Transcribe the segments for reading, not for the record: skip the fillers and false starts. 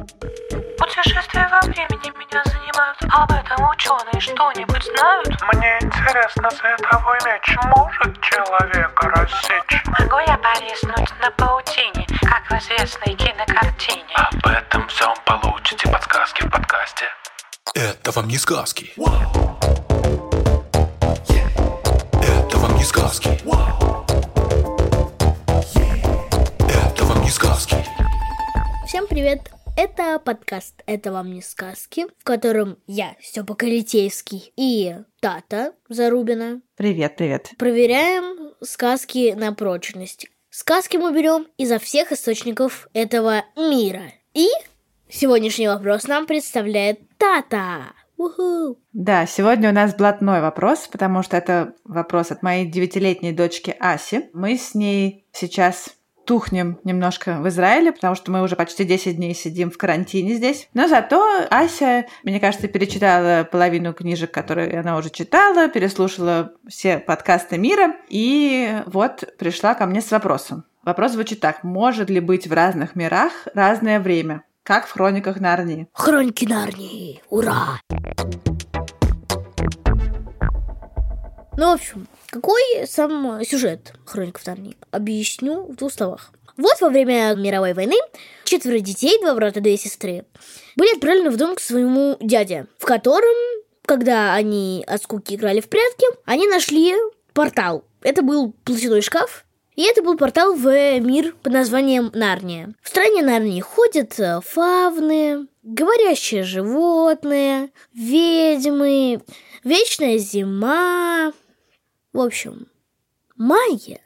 Путешествия во времени меня занимают. Об этом ученые что-нибудь знают? Мне интересно, световой меч может человека рассечь? Могу я повиснуть на паутине, как в известной кинокартине? Об этом всем получите подсказки в подкасте. Это вам не сказки. Это вам не сказки. Это вам не сказки. Всем привет! Это подкаст «Это вам не сказки», в котором я, Степа Калитейский, и Тата Зарубина. Привет. Проверяем сказки на прочность. Сказки мы берем изо всех источников этого мира. И сегодняшний вопрос нам представляет Тата. Уху! Да, сегодня у нас блатной вопрос, потому что это вопрос от моей 9-летней дочки Аси. Мы с ней сейчас тухнем немножко в Израиле, потому что мы уже почти 10 дней сидим в карантине здесь. Но зато Ася, мне кажется, перечитала половину книжек, которые она уже читала, переслушала все подкасты мира, и вот пришла ко мне с вопросом. Вопрос звучит так. Может ли быть в разных мирах разное время? Как в «Хрониках Нарнии». Хроники Нарнии! Ура! Ну, в общем, какой сам сюжет «Хроников Нарнии»? Объясню в 2 словах. Вот во время мировой войны 4 детей, 2 брата, 2 сестры, были отправлены в дом к своему дяде, в котором, когда они от скуки играли в прятки, они нашли портал. Это был платяной шкаф, и это был портал в мир под названием Нарния. В стране Нарнии ходят фавны, говорящие животные, ведьмы, вечная зима. В общем, магия,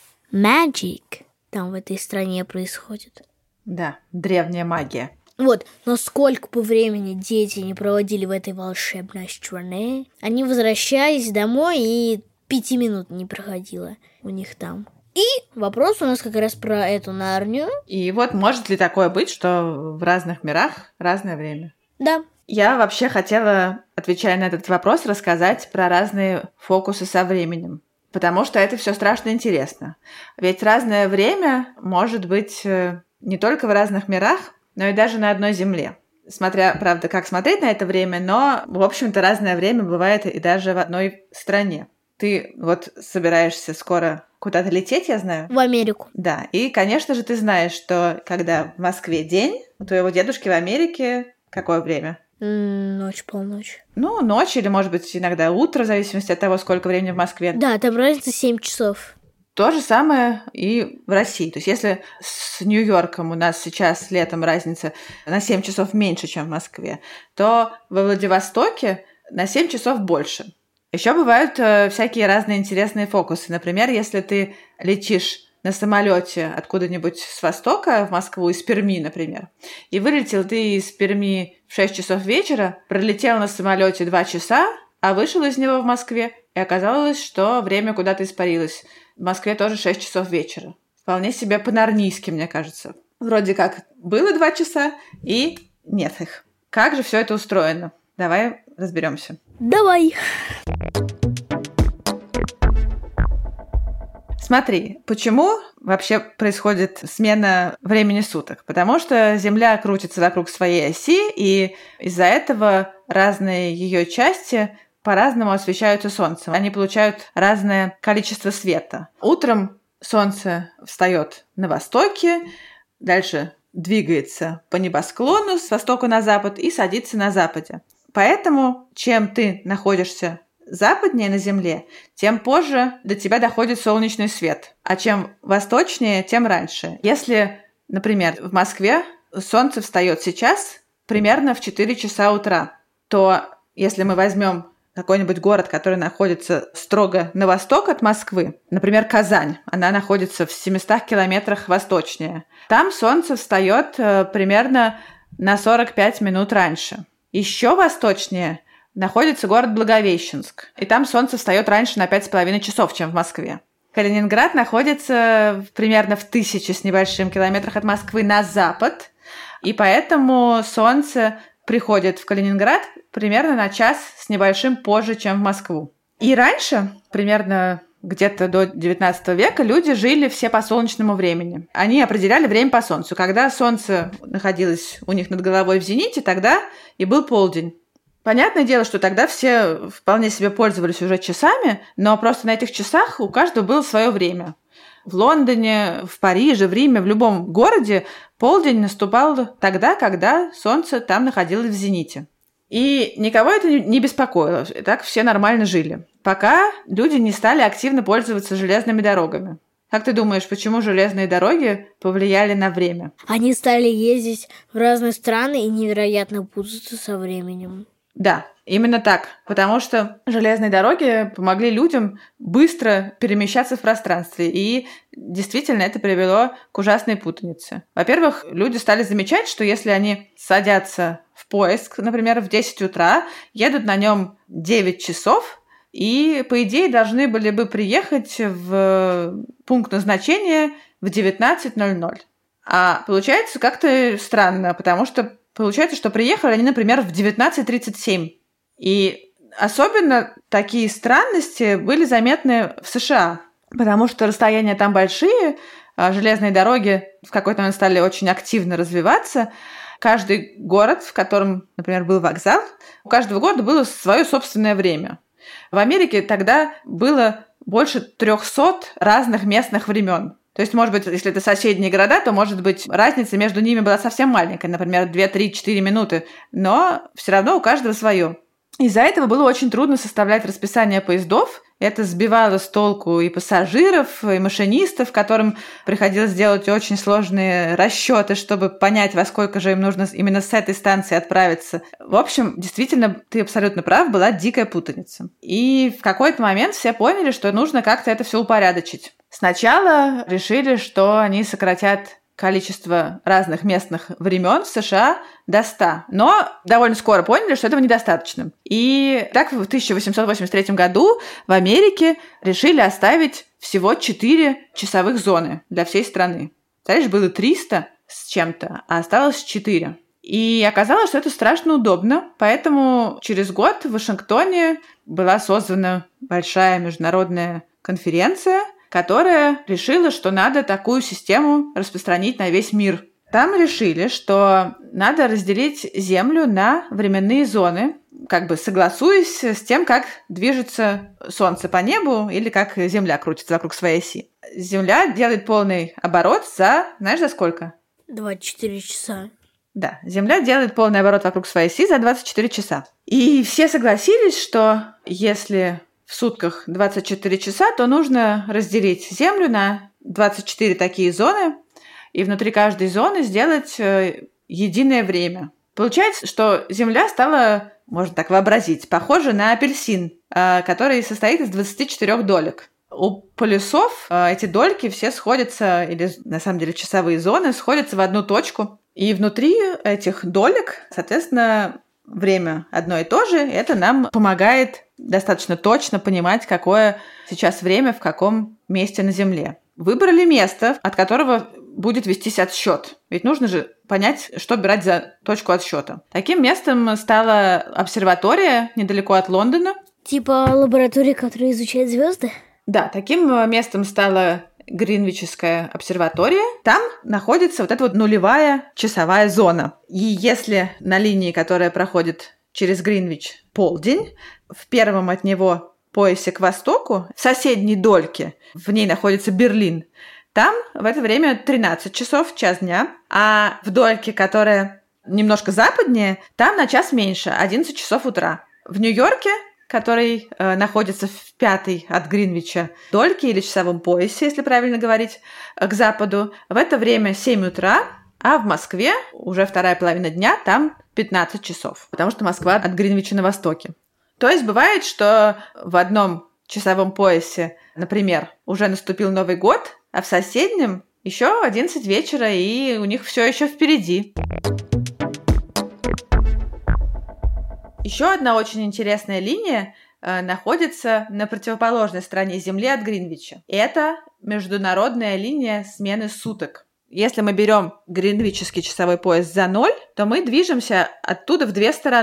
magic там в этой стране происходит. Да, древняя магия. Вот, но сколько бы времени дети не проводили в этой волшебной стране, они возвращались домой, и 5 минут не проходило у них там. И вопрос у нас как раз про эту Нарнию. И вот может ли такое быть, что в разных мирах разное время? Да. Я вообще хотела, отвечая на этот вопрос, рассказать про разные фокусы со временем. Потому что это все страшно интересно. Ведь разное время может быть не только в разных мирах, но и даже на одной земле. Смотря, правда, как смотреть на это время, но, в общем-то, разное время бывает и даже в одной стране. Ты вот собираешься скоро куда-то лететь, я знаю? В Америку. Да, и, конечно же, ты знаешь, что когда в Москве день, у твоего дедушки в Америке какое время? Ночь, полночь. Ну, ночь или, может быть, иногда утро, в зависимости от того, сколько времени в Москве. Да, там разница 7 часов. То же самое и в России. То есть если с Нью-Йорком у нас сейчас летом разница на 7 часов меньше, чем в Москве, то во Владивостоке на 7 часов больше. Еще бывают всякие разные интересные фокусы. Например, если ты летишь на самолете откуда-нибудь с Востока в Москву, из Перми, например, и вылетел ты из Перми в 6 часов вечера, пролетел на самолете 2 часа, а вышел из него в Москве, и оказалось, что время куда-то испарилось. В Москве тоже 6 часов вечера. Вполне себе по-нарнийски, мне кажется. Вроде как было 2 часа, и нет их. Как же все это устроено? Давай разберемся. Давай! Смотри, почему вообще происходит смена времени суток? Потому что Земля крутится вокруг своей оси, и из-за этого разные ее части по-разному освещаются Солнцем. Они получают разное количество света. Утром Солнце встает на востоке, дальше двигается по небосклону с востока на запад и садится на западе. Поэтому, чем ты находишься западнее на Земле, тем позже до тебя доходит солнечный свет. А чем восточнее, тем раньше. Если, например, в Москве солнце встает сейчас примерно в 4 часа утра, то если мы возьмем какой-нибудь город, который находится строго на восток от Москвы, например, Казань, она находится в 700 километрах восточнее, там солнце встает примерно на 45 минут раньше. Еще восточнее находится город Благовещенск, и там солнце встает раньше на 5,5 часов, чем в Москве. Калининград находится примерно в 1000 с небольшим километрах от Москвы на запад, и поэтому солнце приходит в Калининград примерно на час с небольшим позже, чем в Москву. И раньше, примерно где-то до 19 века люди жили все по солнечному времени. Они определяли время по солнцу. Когда солнце находилось у них над головой в зените, тогда и был полдень. Понятное дело, что тогда все вполне себе пользовались уже часами, но просто на этих часах у каждого было свое время. В Лондоне, в Париже, в Риме, в любом городе полдень наступал тогда, когда солнце там находилось в зените. И никого это не беспокоило, так все нормально жили. Пока люди не стали активно пользоваться железными дорогами. Как ты думаешь, почему железные дороги повлияли на время? Они стали ездить в разные страны и невероятно путаться со временем. Да, именно так. Потому что железные дороги помогли людям быстро перемещаться в пространстве. И действительно это привело к ужасной путанице. Во-первых, люди стали замечать, что если они садятся в поезд, например, в 10 утра, едут на нем 9 часов, и, по идее, должны были бы приехать в пункт назначения в 19:00. А получается как-то странно, потому что получается, что приехали они, например, в 19:37. И особенно такие странности были заметны в США, потому что расстояния там большие, железные дороги в какой-то момент стали очень активно развиваться. Каждый город, в котором, например, был вокзал, у каждого города было свое собственное время. В Америке тогда было больше 300 разных местных времен. То есть, может быть, если это соседние города, то, может быть, разница между ними была совсем маленькая, например, 2, 3, 4 минуты, но все равно у каждого свое. Из-за этого было очень трудно составлять расписание поездов. Это сбивало с толку и пассажиров, и машинистов, которым приходилось делать очень сложные расчеты, чтобы понять, во сколько же им нужно именно с этой станции отправиться. В общем, действительно, ты абсолютно прав, была дикая путаница. И в какой-то момент все поняли, что нужно как-то это все упорядочить. Сначала решили, что они сократят количество разных местных времен в США до 100. Но довольно скоро поняли, что этого недостаточно. И так в 1883 году в Америке решили оставить всего 4 часовых зоны для всей страны. Дальше было 300 с чем-то, а осталось 4. И оказалось, что это страшно удобно, поэтому через год в Вашингтоне была создана большая международная конференция, которая решила, что надо такую систему распространить на весь мир. Там решили, что надо разделить Землю на временные зоны, как бы согласуясь с тем, как движется Солнце по небу или как Земля крутится вокруг своей оси. Земля делает полный оборот знаешь, за сколько? 24 часа. Да, Земля делает полный оборот вокруг своей оси за 24 часа. И все согласились, что если в сутках 24 часа, то нужно разделить Землю на 24 такие зоны и внутри каждой зоны сделать единое время. Получается, что Земля стала, можно так вообразить, похожа на апельсин, который состоит из 24 долек. У полюсов эти дольки все сходятся, или на самом деле часовые зоны, сходятся в одну точку. И внутри этих долек, соответственно, время одно и то же. Это нам помогает достаточно точно понимать, какое сейчас время в каком месте на Земле. Выбрали место, от которого будет вестись отсчет. Ведь нужно же понять, что брать за точку отсчета. Таким местом стала обсерватория недалеко от Лондона. Типа лаборатория, которая изучает звезды? Да, таким местом стала Гринвичская обсерватория. Там находится вот эта вот нулевая часовая зона. И если на линии, которая проходит через Гринвич, полдень, в первом от него поясе к востоку, в соседней дольке, в ней находится Берлин, там в это время 13 часов, час дня, а в дольке, которая немножко западнее, там на час меньше, 11 часов утра. В Нью-Йорке, который находится в пятой от Гринвича дольке или часовом поясе, если правильно говорить, к западу, в это время 7 утра, а в Москве уже вторая половина дня, там 15 часов, потому что Москва от Гринвича на востоке. То есть бывает, что в одном часовом поясе, например, уже наступил Новый год, а в соседнем еще 11 вечера, и у них все еще впереди. Еще одна очень интересная линия находится на противоположной стороне Земли от Гринвича. Это международная линия смены суток. Если мы берем гринвичский часовой пояс за 0, то мы движемся оттуда в две стороны.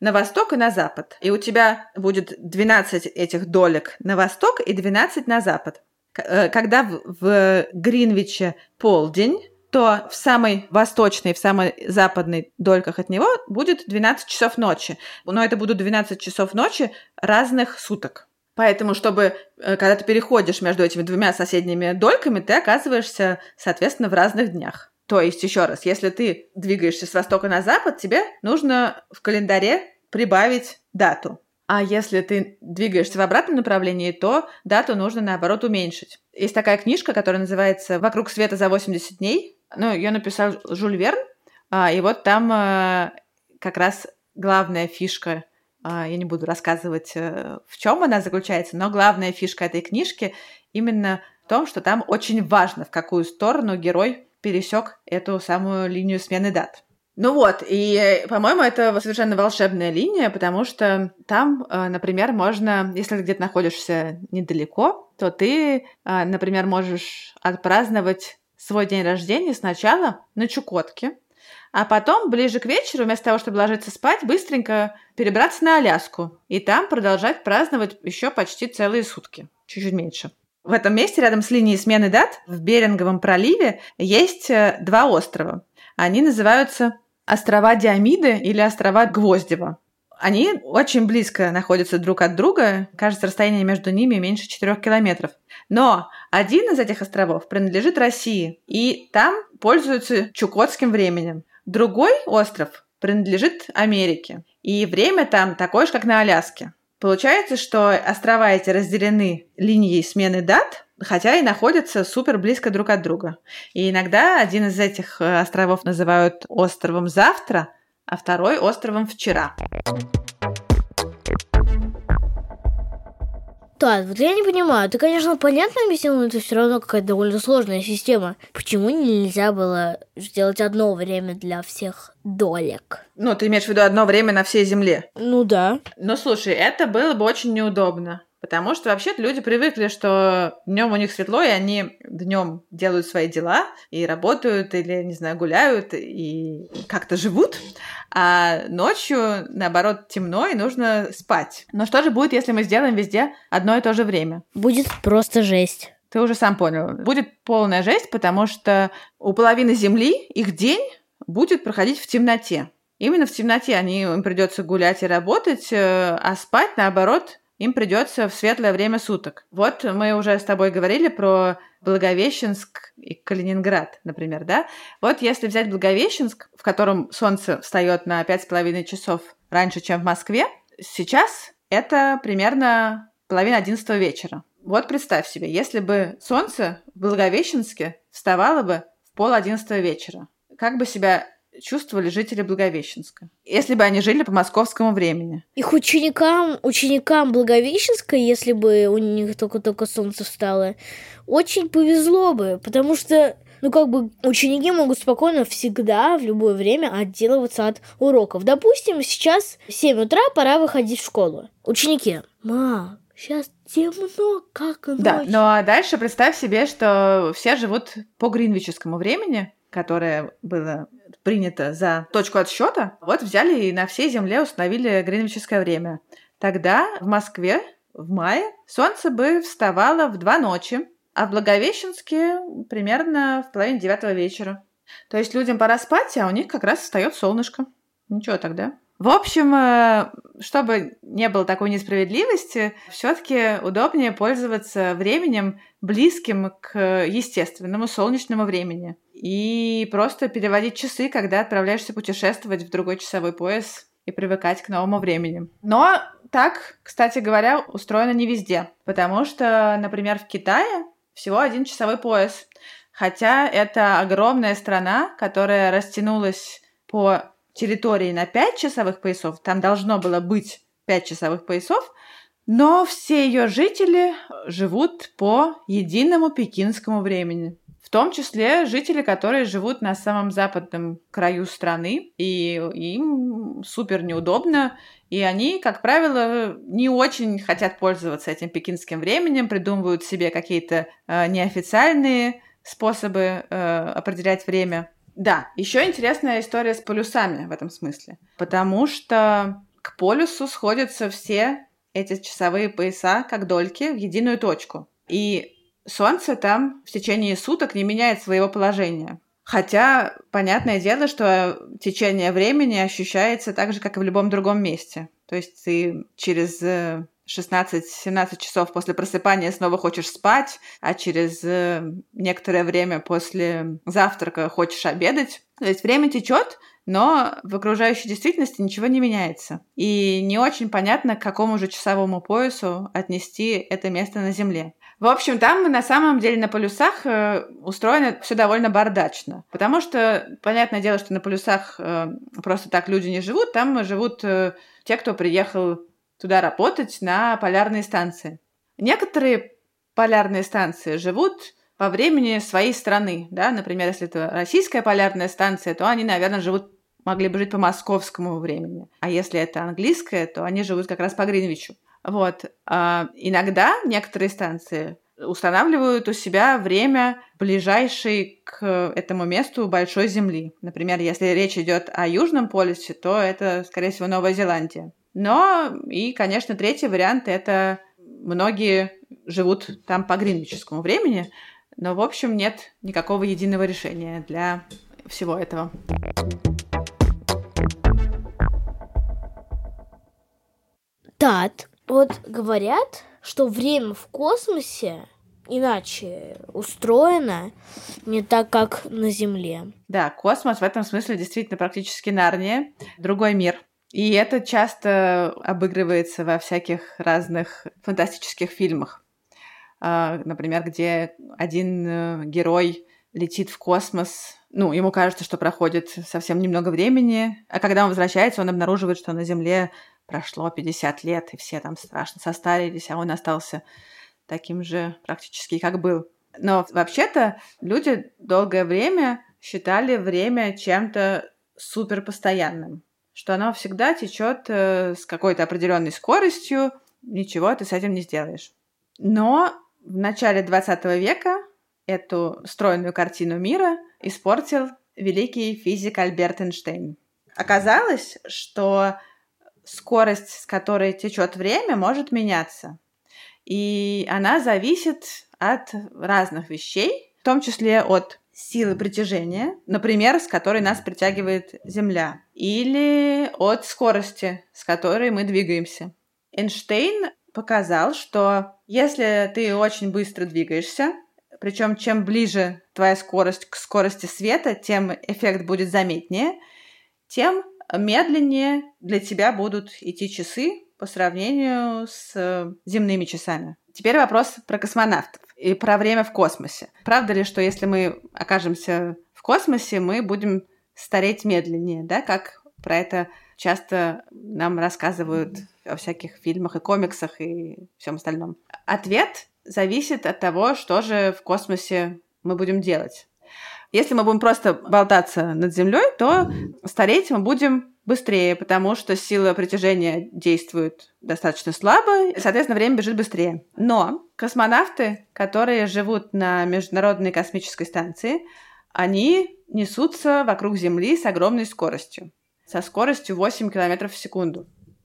на восток и на запад. И у тебя будет 12 этих долек на восток и 12 на запад. Когда в Гринвиче полдень, то в самой восточной, в самой западной дольках от него будет 12 часов ночи. Но это будут 12 часов ночи разных суток. Поэтому, когда ты переходишь между этими двумя соседними дольками, ты оказываешься, соответственно, в разных днях. То есть, еще раз, если ты двигаешься с востока на запад, тебе нужно в календаре прибавить дату. А если ты двигаешься в обратном направлении, то дату нужно, наоборот, уменьшить. Есть такая книжка, которая называется «Вокруг света за 80 дней». Ее написал Жюль Верн. И вот там как раз главная фишка, я не буду рассказывать, в чем она заключается, но главная фишка этой книжки именно в том, что там очень важно, в какую сторону герой пересек эту самую линию смены дат. Ну вот, и, по-моему, это совершенно волшебная линия, потому что там, например, можно, если ты где-то находишься недалеко, то ты, например, можешь отпраздновать свой день рождения сначала на Чукотке, а потом, ближе к вечеру, вместо того, чтобы ложиться спать, быстренько перебраться на Аляску и там продолжать праздновать еще почти целые сутки, чуть-чуть меньше. В этом месте, рядом с линией смены дат, в Беринговом проливе, есть 2 острова. Они называются острова Диомиды или острова Гвоздева. Они очень близко находятся друг от друга. Кажется, расстояние между ними меньше 4 километров. Но один из этих островов принадлежит России, и там пользуются чукотским временем. Другой остров принадлежит Америке, и время там такое же, как на Аляске. Получается, что острова эти разделены линией смены дат, хотя и находятся супер близко друг от друга. И иногда один из этих островов называют островом завтра, а второй островом вчера. Да, вот я не понимаю, ты, конечно, понятно объяснил, но это все равно какая-то довольно сложная система. Почему нельзя было сделать одно время для всех долек? Ну, ты имеешь в виду одно время на всей Земле? Ну да. Ну, слушай, это было бы очень неудобно. Потому что вообще-то люди привыкли, что днем у них светло, и они днем делают свои дела и работают, или, не знаю, гуляют и как-то живут, а ночью, наоборот, темно, и нужно спать. Но что же будет, если мы сделаем везде одно и то же время? Будет просто жесть. Ты уже сам понял. Будет полная жесть, потому что у половины Земли их день будет проходить в темноте. Именно в темноте им придется гулять и работать, а спать, наоборот, им придется в светлое время суток. Вот мы уже с тобой говорили про Благовещенск и Калининград, например, да? Вот если взять Благовещенск, в котором солнце встает на 5,5 часов раньше, чем в Москве, сейчас это примерно 10:30 вечера. Вот представь себе, если бы солнце в Благовещенске вставало бы в 10:30 вечера, как бы себя чувствовали жители Благовещенска, если бы они жили по московскому времени? Их ученикам Благовещенска, если бы у них только солнце встало, очень повезло бы, потому что, ученики могут спокойно всегда, в любое время отделываться от уроков. Допустим, сейчас 7 утра, пора выходить в школу. Ученики: «Мам, сейчас темно, как ночь». Да, но дальше представь себе, что все живут по гринвичскому времени, которое было принято за точку отсчета. Вот взяли и на всей Земле установили гринвичское время. Тогда в Москве в мае солнце бы вставало в 2 ночи, а в Благовещенске примерно в 8:30 вечера. То есть людям пора спать, а у них как раз встает солнышко. Ничего тогда. В общем, чтобы не было такой несправедливости, все-таки удобнее пользоваться временем, близким к естественному солнечному времени. И просто переводить часы, когда отправляешься путешествовать в другой часовой пояс и привыкать к новому времени. Но так, кстати говоря, устроено не везде. Потому что, например, в Китае всего 1 часовой пояс. Хотя это огромная страна, которая растянулась по территории на 5 часовых поясов, там должно было быть 5 часовых поясов, но все ее жители живут по единому пекинскому времени. В том числе жители, которые живут на самом западном краю страны, и им супер неудобно, и они, как правило, не очень хотят пользоваться этим пекинским временем, придумывают себе какие-то неофициальные способы определять время. Да, еще интересная история с полюсами в этом смысле, потому что к полюсу сходятся все эти часовые пояса, как дольки, в единую точку. И Солнце там в течение суток не меняет своего положения. Хотя, понятное дело, что течение времени ощущается так же, как и в любом другом месте. То есть ты через 16-17 часов после просыпания снова хочешь спать, а через некоторое время после завтрака хочешь обедать. То есть время течет, но в окружающей действительности ничего не меняется. И не очень понятно, к какому же часовому поясу отнести это место на Земле. В общем, там на самом деле на полюсах устроено все довольно бардачно. Потому что, понятное дело, что на полюсах просто так люди не живут. Там живут те, кто приехал туда работать на полярные станции. Некоторые полярные станции живут по времени своей страны. Да? Например, если это российская полярная станция, то они, наверное, могли бы жить по московскому времени. А если это английская, то они живут как раз по Гринвичу. Вот. Иногда некоторые станции устанавливают у себя время ближайшей к этому месту большой Земли. Например, если речь идет о Южном полюсе, то это, скорее всего, Новая Зеландия. Но и, конечно, третий вариант – это многие живут там по гринвичскому времени, но, в общем, нет никакого единого решения для всего этого. Тат, вот говорят, что время в космосе иначе устроено, не так, как на Земле. Да, космос в этом смысле действительно практически Нарния, другой мир. И это часто обыгрывается во всяких разных фантастических фильмах. Например, где один герой летит в космос, ему кажется, что проходит совсем немного времени, а когда он возвращается, он обнаруживает, что на Земле прошло 50 лет, и все там страшно состарились, а он остался таким же практически, как был. Но вообще-то люди долгое время считали время чем-то суперпостоянным, что оно всегда течет с какой-то определенной скоростью, ничего ты с этим не сделаешь. Но в начале 20 века эту стройную картину мира испортил великий физик Альберт Эйнштейн. Оказалось, что скорость, с которой течет время, может меняться. И она зависит от разных вещей, в том числе от силы притяжения, например, с которой нас притягивает Земля, или от скорости, с которой мы двигаемся. Эйнштейн показал, что если ты очень быстро двигаешься, причем чем ближе твоя скорость к скорости света, тем эффект будет заметнее, тем медленнее для тебя будут идти часы по сравнению с земными часами. Теперь вопрос про космонавтов и про время в космосе. Правда ли, что если мы окажемся в космосе, мы будем стареть медленнее, да, как про это часто нам рассказывают во всяких фильмах и комиксах и всем остальном? Ответ зависит от того, что же в космосе мы будем делать. Если мы будем просто болтаться над Землей, то стареть мы будем быстрее, потому что сила притяжения действует достаточно слабо, и, соответственно, время бежит быстрее. Но космонавты, которые живут на Международной космической станции, они несутся вокруг Земли с огромной скоростью, со скоростью 8 км в секунду.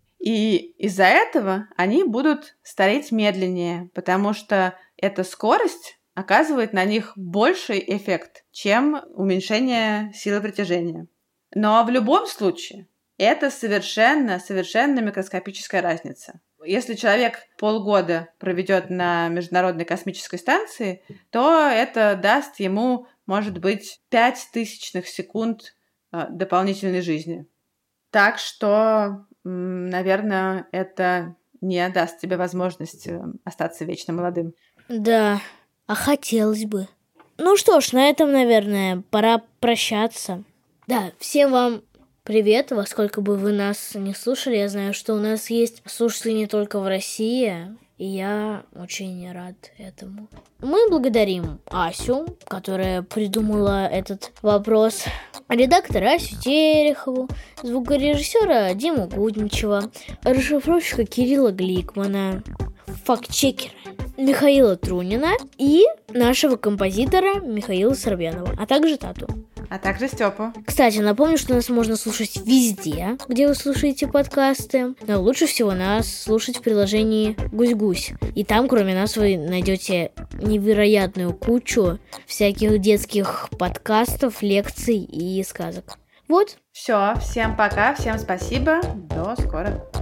И из-за этого они будут стареть медленнее, потому что эта скорость оказывает на них больший эффект, чем уменьшение силы притяжения. Но в любом случае это совершенно микроскопическая разница. Если человек полгода проведет на Международной космической станции, то это даст ему, может быть, 0,05 секунд дополнительной жизни. Так что, наверное, это не даст тебе возможность остаться вечно молодым. Да, а хотелось бы. Ну что ж, на этом, наверное, пора прощаться. Да, всем вам привет, во сколько бы вы нас не слушали. Я знаю, что у нас есть слушатели не только в России, и я очень рад этому. Мы благодарим Асю, которая придумала этот вопрос, редактора Асю Терехову, звукорежиссера Диму Гудничева, расшифровщика Кирилла Гликмана, фактчекера Михаила Трунина и нашего композитора Михаила Сорбянова, а также Тату. А также Степу. Кстати, напомню, что нас можно слушать везде, где вы слушаете подкасты. Но лучше всего нас слушать в приложении «Гусь-Гусь». И там, кроме нас, вы найдете невероятную кучу всяких детских подкастов, лекций и сказок. Вот. Все, всем пока, всем спасибо. До скорых